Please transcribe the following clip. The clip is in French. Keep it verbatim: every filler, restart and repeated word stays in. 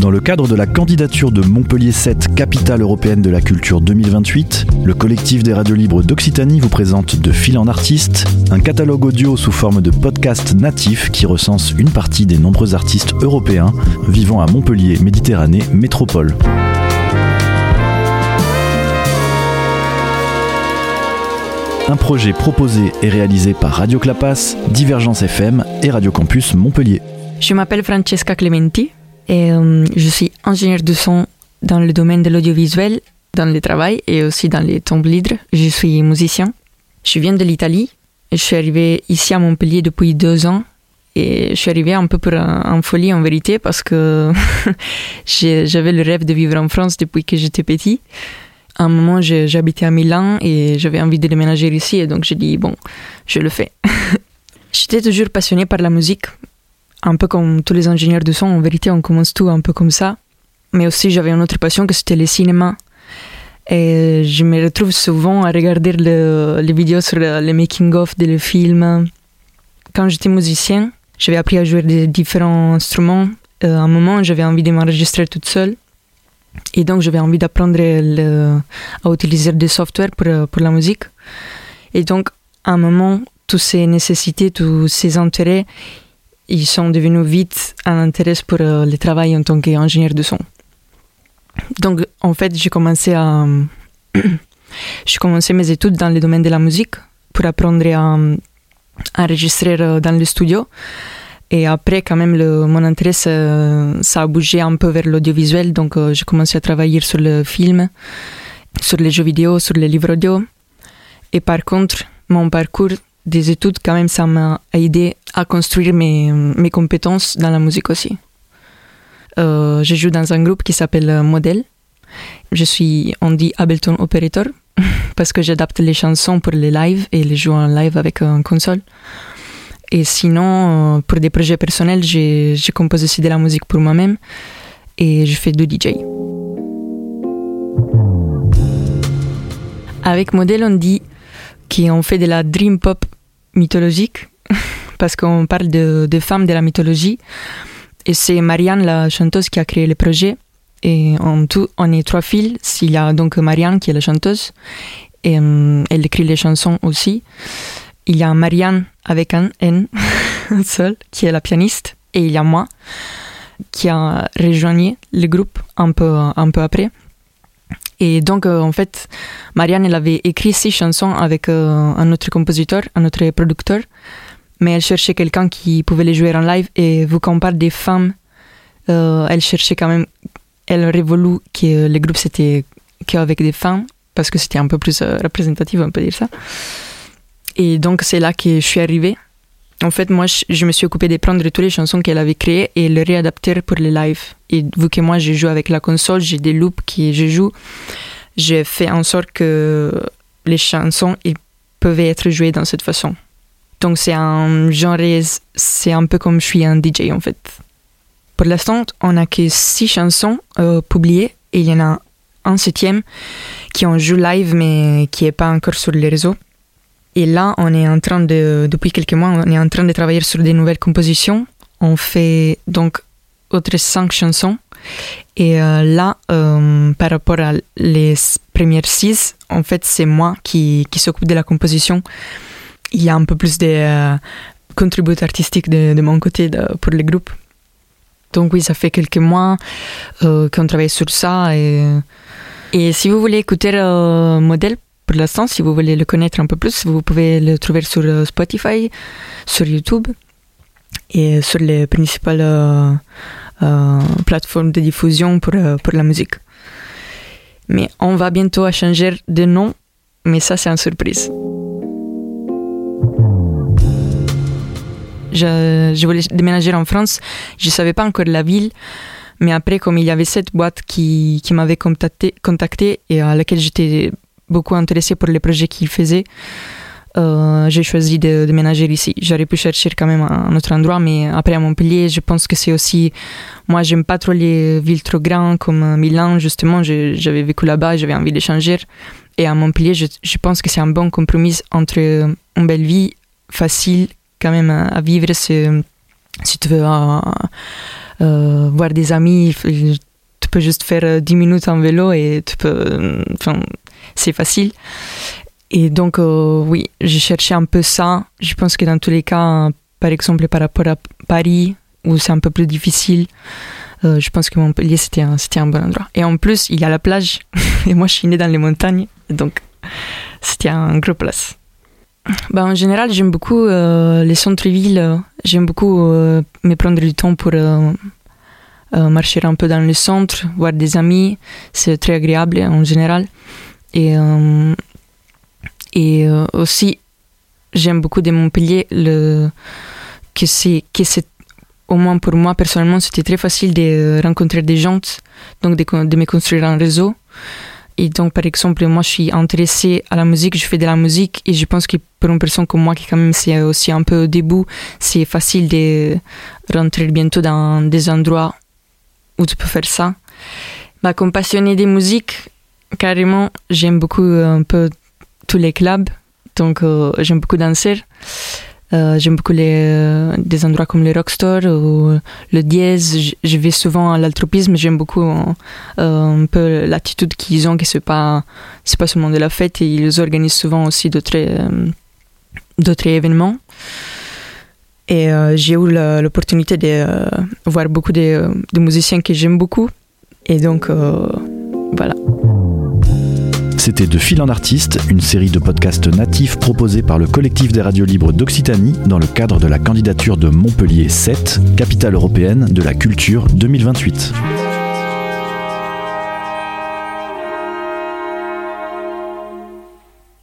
Dans le cadre de la candidature de Montpellier sept, capitale européenne de la culture deux mille vingt-huit, le collectif des radios libres d'Occitanie vous présente De Fil en Artiste, un catalogue audio sous forme de podcast natif qui recense une partie des nombreux artistes européens vivant à Montpellier, Méditerranée, métropole. Un projet proposé et réalisé par Radio Clapas, Divergence F M et Radio Campus Montpellier. Je m'appelle Francesca Clementi et euh, je suis ingénieure de son dans le domaine de l'audiovisuel, dans le travail et aussi dans les temps libres. Je suis musicien. Je viens de l'Italie. Je suis arrivée ici à Montpellier depuis deux ans et je suis arrivée un peu pour un, en folie en vérité parce que j'avais le rêve de vivre en France depuis que j'étais petit. À un moment, j'habitais à Milan et j'avais envie de déménager ici et donc j'ai dit bon, je le fais. J'étais toujours passionnée par la musique. Un peu comme tous les ingénieurs de son, en vérité, on commence tout un peu comme ça. Mais aussi, j'avais une autre passion que c'était le cinéma. Et je me retrouve souvent à regarder le, les vidéos sur le, le making-of des films. Quand j'étais musicien, j'avais appris à jouer des différents instruments. Euh, à un moment, j'avais envie de m'enregistrer toute seule. Et donc, j'avais envie d'apprendre le, à utiliser des softwares pour, pour la musique. Et donc, à un moment, toutes ces nécessités, tous ces intérêts, ils sont devenus vite un intérêt pour euh, le travail en tant qu'ingénieur de son. Donc, en fait, j'ai commencé à... j'ai commencé mes études dans le domaine de la musique pour apprendre à, à enregistrer dans le studio. Et après, quand même, le, mon intérêt, ça, ça a bougé un peu vers l'audiovisuel. Donc, euh, j'ai commencé à travailler sur le film, sur les jeux vidéo, sur les livres audio. Et par contre, mon parcours des études, quand même, ça m'a aidé à construire mes, mes compétences dans la musique aussi. Euh, je joue dans un groupe qui s'appelle Model. Je suis, on dit Ableton Operator, parce que j'adapte les chansons pour les lives et les joue en live avec une console. Et sinon, pour des projets personnels, j'ai, je compose aussi de la musique pour moi-même et je fais du D J. Avec Model, on dit qu'on fait de la dream pop mythologique parce qu'on parle de, de femmes de la mythologie et c'est Marianne, la chanteuse, qui a créé le projet et en tout, on est trois filles. Il y a donc Marianne qui est la chanteuse et euh, elle écrit les chansons aussi. Il y a Marianne avec un N seul qui est la pianiste et il y a moi qui a rejoint le groupe un peu, un peu après. Et donc, euh, en fait, Marianne, elle avait écrit six chansons avec euh, un autre compositeur, un autre producteur, mais elle cherchait quelqu'un qui pouvait les jouer en live. Et vu qu'on parle des femmes, euh, elle cherchait quand même, elle aurait voulu que le groupe c'était qu'avec des femmes, parce que c'était un peu plus euh, représentatif, on peut dire ça. Et donc, c'est là que je suis arrivée. En fait, moi, je, je me suis occupée de prendre toutes les chansons qu'elle avait créées et les réadapter pour les lives. Et vu que moi, je joue avec la console, j'ai des loops que je joue, j'ai fait en sorte que les chansons ils peuvent être jouées dans cette façon. Donc, c'est un genre, c'est un peu comme je suis un D J, en fait. Pour l'instant, on n'a que six chansons euh, publiées et il y en a un septième qui on joue live, mais qui n'est pas encore sur les réseaux. Et là, on est en train de, depuis quelques mois, on est en train de travailler sur des nouvelles compositions. On fait donc autres cinq chansons. Et euh, là, euh, par rapport à les premières six, en fait, c'est moi qui, qui s'occupe de la composition. Il y a un peu plus de euh, contributs artistiques de, de mon côté de, pour le groupe. Donc oui, ça fait quelques mois euh, qu'on travaille sur ça. Et, et si vous voulez écouter le modèle, pour l'instant, si vous voulez le connaître un peu plus, vous pouvez le trouver sur Spotify, sur YouTube et sur les principales euh, euh, plateformes de diffusion pour, euh, pour la musique. Mais on va bientôt changer de nom, mais ça, c'est une surprise. Je, je voulais déménager en France, je ne savais pas encore la ville, mais après, comme il y avait cette boîte qui, qui m'avait contacté, contacté et à laquelle j'étais beaucoup intéressée pour les projets qu'ils faisaient, euh, j'ai choisi de déménager ici. J'aurais pu chercher quand même un autre endroit, mais après à Montpellier, je pense que c'est aussi... Moi, j'aime pas trop les villes trop grandes comme Milan, justement. Je, j'avais vécu là-bas, j'avais envie de changer. Et à Montpellier, je, je pense que c'est un bon compromis entre une belle vie, facile quand même à vivre si, si tu veux euh, euh, voir des amis. Tu peux juste faire dix minutes en vélo et tu peux, enfin, c'est facile. Et donc, euh, oui, j'ai cherché un peu ça. Je pense que dans tous les cas, par exemple, par rapport à Paris, où c'est un peu plus difficile, euh, je pense que Montpellier, c'était un, c'était un bon endroit. Et en plus, il y a la plage. Et moi, je suis née dans les montagnes. Donc, c'était un gros place. Ben, en général, j'aime beaucoup euh, les centres-villes. J'aime beaucoup euh, me prendre du temps pour euh, euh, marcher un peu dans le centre, voir des amis. C'est très agréable en général. Et, euh, et euh, aussi, j'aime beaucoup de Montpellier le, que, c'est, que c'est, au moins pour moi, personnellement, c'était très facile de rencontrer des gens, donc de, de me construire un réseau. Et donc, par exemple, moi, je suis intéressée à la musique, je fais de la musique, et je pense que pour une personne comme moi, qui quand même c'est aussi un peu au début, c'est facile de rentrer bientôt dans des endroits où tu peux faire ça. Bah, comme passionnée de musique, carrément, j'aime beaucoup un peu tous les clubs, donc euh, j'aime beaucoup danser. Euh, j'aime beaucoup les, euh, des endroits comme le Rockstore ou le Dièse. Je, je vais souvent à l'altropisme. J'aime beaucoup euh, un peu l'attitude qu'ils ont, que c'est pas, c'est pas seulement de la fête, et ils organisent souvent aussi d'autres, euh, d'autres événements. Et euh, j'ai eu la, l'opportunité de euh, voir beaucoup de, de musiciens que j'aime beaucoup. Et donc, euh, voilà. C'était De Fil en Artiste, une série de podcasts natifs proposés par le collectif des radios libres d'Occitanie dans le cadre de la candidature de Montpellier sept, capitale européenne de la culture deux mille vingt-huit.